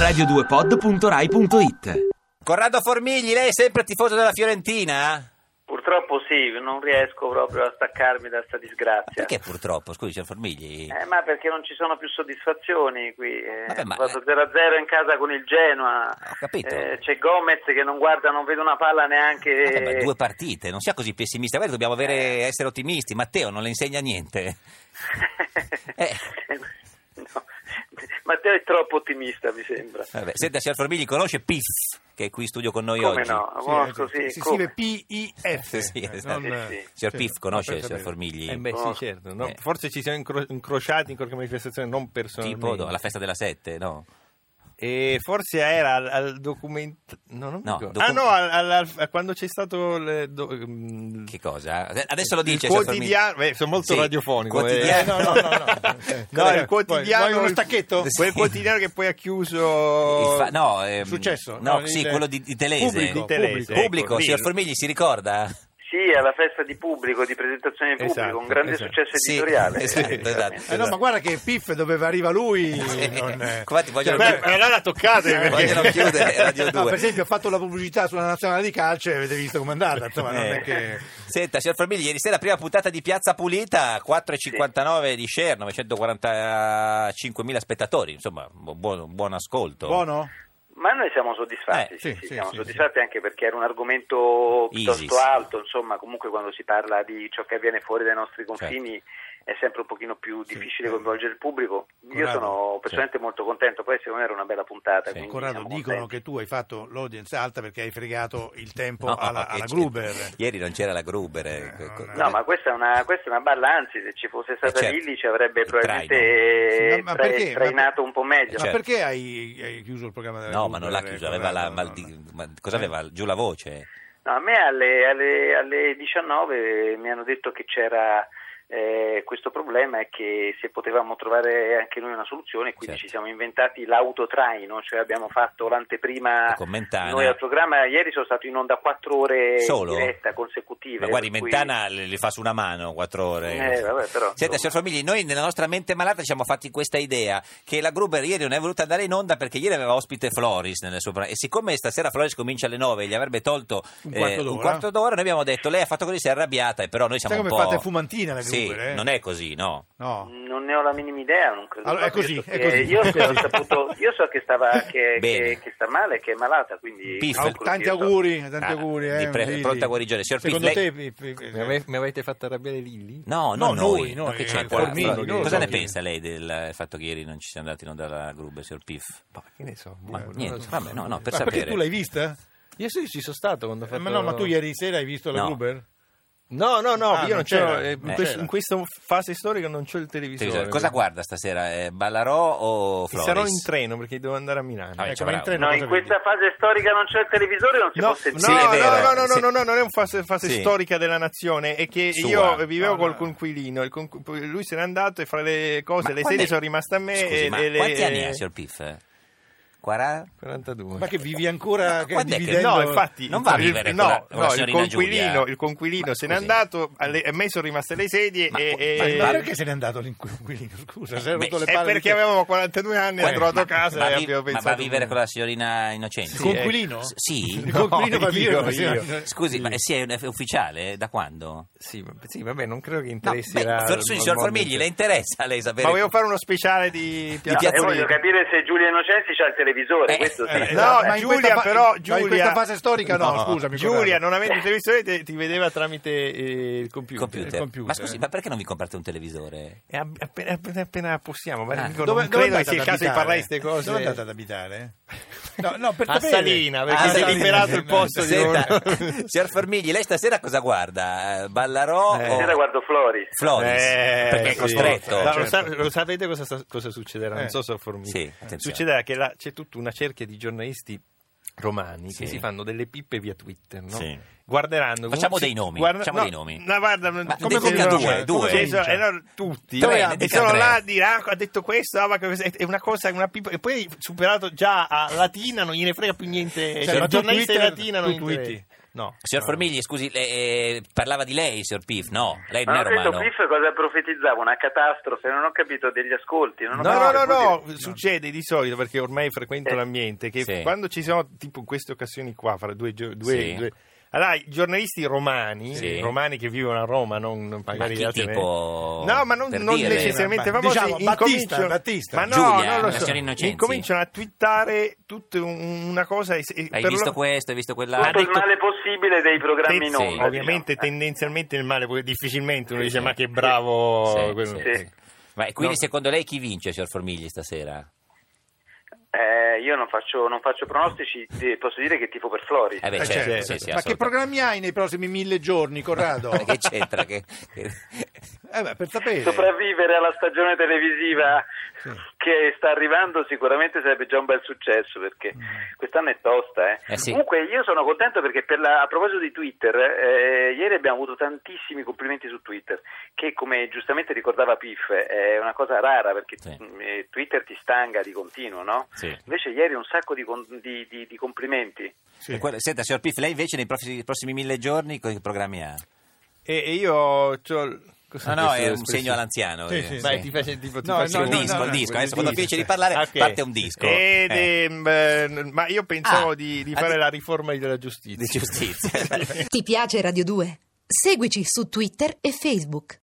radio2pod.rai.it. Corrado Formigli, lei è sempre tifoso della Fiorentina? Purtroppo sì, non riesco proprio a staccarmi da sta disgrazia. Perché purtroppo? Scusi, signor Formigli. Ma perché non ci sono più soddisfazioni qui. Vabbè, ma- Ho fatto 0-0 in casa con il Genoa. Ho capito. C'è Gomez che non guarda, non vede una palla neanche. Vabbè, ma 2 partite, non sia così pessimista. Guarda, dobbiamo essere ottimisti. Matteo non le insegna niente. No. Matteo è troppo ottimista, mi sembra. Vabbè, senta, signor Formigli, conosce PIF, che è qui in studio con noi Come oggi? no? Conosco, sì. Si Come? scrive P-I-F. Sì, esatto. Sì. Signor PIF conosce per il signor sapere. Formigli? Beh sì, certo, no? Forse ci siamo incrociati in qualche manifestazione, non personalmente. Tipo alla festa della 7, no? E forse era al documento... No, non mi No, ricordo. A quando c'è stato... Che cosa? Adesso lo il dice, signor Formigli. quotidiano... sono molto Sì, radiofonico. quotidiano. No. No, il quotidiano... Vuoi uno stacchetto? Quel quotidiano che poi ha chiuso... Successo? No, No, sì, il- quello di Telese. Pubblico, Di Telese, Pubblico, ecco, signor lì. Formigli, si ricorda? Sì, alla festa di pubblico, di presentazione di pubblico, Esatto, un grande esatto. successo Sì, editoriale. esatto. No, ma guarda che Piff dove arriva lui non è... Infatti vogliono, Beh, allora toccate vogliono chiudere Radio 2. No, per esempio ha fatto la pubblicità sulla nazionale di calcio e avete visto com'è andata, insomma non è che... Senta, signor Formigli, ieri sera prima puntata di Piazza Pulita, 4,59 di share, 945.000 spettatori, insomma, buon ascolto. Buono? Ma noi siamo soddisfatti, Sì, siamo sì, soddisfatti anche perché era un argomento piuttosto Easy, sì. alto, insomma, comunque quando si parla di ciò che avviene fuori dai nostri confini è sempre un pochino più difficile coinvolgere il pubblico. Io Corrado, sono personalmente molto contento, poi secondo me era una bella puntata. Sì. Quindi Corrado, siamo dicono contenti. che tu hai fatto l'audience alta perché hai fregato il tempo No, alla che c'è- Gruber. Ieri non c'era la Gruber. No, ma questa è una balla, anzi, se ci fosse stata certo. Lilli ci avrebbe Il probabilmente Sì, ma perché? trainato un po' meglio. Ma Certo. perché hai chiuso il programma della No, Gruber? ma non l'ha chiuso, aveva la cosa aveva? Giù la voce? No, a me alle 19 mi hanno detto che c'era questo problema e che se potevamo trovare anche noi una soluzione, quindi Certo. ci siamo inventati l'autotraino, cioè abbiamo fatto l'anteprima Con Mentana. noi al programma. Ieri sono stato in onda 4 ore Solo? in diretta consecutive. Ma guardi, per cui- Mentana le fa su una mano 4 ore. vabbè, però, Senta, insomma. signor Famigli, noi nella nostra mente malata ci siamo fatti questa idea che la Gruber ieri non è voluta andare in onda perché ieri aveva ospite Floris nelle sue e siccome stasera Floris comincia alle 9 e gli avrebbe tolto Un quarto d'ora. un quarto d'ora, noi abbiamo detto lei ha fatto così, si è arrabbiata e però noi siamo Sai un come po'... fate fumantina la Sì, Gruber, non è così, no? No. Non ne ho la minima idea, non credo. Allora, è proprio. così, è così. Io È così. ho saputo, io so che Bene. che sta male, che è malata, quindi Piff. quello che Tanti io so. auguri, Di pronta guarigione. Signor Piff, Secondo lei- te Mi avete fatto arrabbiare Lilli? No, No, non noi, Ma che noi, c'entra? Formigli, noi, Cosa ne noi. pensa lei del fatto che ieri non ci sia andati in onda la Gruber, signor Piff? Ma che ne so? Ma non niente, lo so. vabbè, no, per Ma perché sapere. tu l'hai vista? Io sì, ci sono stato quando ho fatto... Ma no, ma tu ieri sera hai visto la No. Gruber? No, Ah, io non non c'ho... c'era, in, non c'era. in questa fase storica non c'ho il televisore. Cosa guarda stasera? Ballarò o E Floris? sarò in treno perché devo andare a Milano. Ah, Ecco, cioè, ma in bravo. treno No, cosa in vedi? questa fase storica non c'è il televisore, non si No, può no, sentire. Sì, è vero. Sì. no, non è una fase Sì. storica della nazione, è che Sua. io vivevo No, col no. coinquilino, lui se n'è andato e fra le cose, Ma le quando sedie è- sono rimaste a me Scusi, ma e le... quanti anni ha, signor Piff? 40? 42. Ma che vivi ancora quando è che- dividendo? No, infatti Non va a vivere con la signorina Giulia? il coinquilino se n'è scusi. andato, a me sono rimaste le sedie Ma- Ma perché se n'è andato l'inquilino? Scusa, si è rotto le è palle. perché avevamo 42 anni, ho trovato casa e ma abbiamo va a pensato... vivere con la signorina Innocenti? Il coinquilino? Sì? Il coinquilino va a vivere io, con la io. signora- Scusi, ma sì, è ufficiale? Da quando? Sì, vabbè, non credo che No, interessi beh, signor Formigli, le interessa a lei sapere? Ma volevo fare uno speciale di Piazza E voglio capire se Giulia Innocenzi c'ha il televisore, questo sì. no, ma in Giulia, questa però, ma in questa Giulia- fase storica no, scusami. Giulia, Corrado. non avendo il televisore, ti vedeva tramite il computer. Computer. computer. Ma scusi, ma perché non vi comprate un televisore? E appena possiamo, ma dico, Dove non credo che andate sia il ad caso di abitare? parlare di queste cose. Dove andate ad abitare? No, per A sapere. Salina, perché Ah, si è Salina. liberato il posto di Senta, signor Formigli, lei stasera cosa guarda? Ballarò o Stasera guardo Floris. Floris? Perché è sì. costretto? No, certo. lo sapete cosa succederà? Non so se ho Formigli. Sì, attenzione. Succederà che c'è tutta una cerchia di giornalisti romani Sì. che si fanno delle pippe via Twitter, no? Sì. Guarderanno. Facciamo dei nomi, facciamo dei nomi. No, guarda, Ma come dica comincia? due. Sì, no, tutti. Tre, E ne dica sono tre. là a dire, ha detto questo, ma è una cosa, una pipa. E poi superato già a Latina, non gliene frega più niente. Cioè, ma il tu giornalista in Twitter- Latina tu non twitti? interessa. No. Signor Formigli, scusi, parlava di lei, signor Pif? No, lei non Ma è non ho detto romano. Piff cosa profetizzava, una catastrofe, non ho capito degli ascolti. Non ho No, capito no, perché- succede di solito, perché ormai frequento l'ambiente, che Sì. quando ci siamo, tipo in queste occasioni qua, fra due Sì. allora, i giornalisti romani, Sì. romani che vivono a Roma, non magari chi altre- tipo, no, ma non per non dire, necessariamente ma famosi, diciamo, incominciano- Battista. ma no, Giulia, non lo la so, signora Innocenzi. incominciano a twittare tutta una cosa Hai per visto loro- questo, hai visto quell'altro? Tutto il male possibile dei programmi Sì, in onda. ovviamente diciamo. tendenzialmente il male, perché difficilmente uno Sì, dice sì. ma che bravo Sì, quello- sì. Ma quindi No. secondo lei chi vince, signor Formigli, stasera? Io non faccio pronostici, posso dire che tifo per Floris. Beh, certo, certo. sì, sì, Ma che programmi hai nei prossimi 1000 giorni, Corrado? Ma che c'entra? Per sapere. Sopravvivere alla stagione televisiva che sta arrivando sicuramente sarebbe già un bel successo, perché quest'anno è tosta. Sì. Comunque io sono contento perché a proposito di Twitter, ieri abbiamo avuto tantissimi complimenti su Twitter, che come giustamente ricordava Piff è una cosa rara, perché Sì. Twitter ti stanga di continuo, no? Sì. Invece ieri un sacco di complimenti. Sì. Senta, signor Piff, lei invece nei prossimi 1000 giorni che programmi ha? E io No, è un segno all'anziano. Sì, sì, Vai, sì. ti face tipo ti No, faccio no, il no, disco, no, il no, disco. quel Adesso quando disco. finisce di parlare Ok. parte un disco. Ma io pensavo Ah. di fare la riforma della giustizia. Di giustizia. Ti piace Radio 2? Seguici su Twitter e Facebook.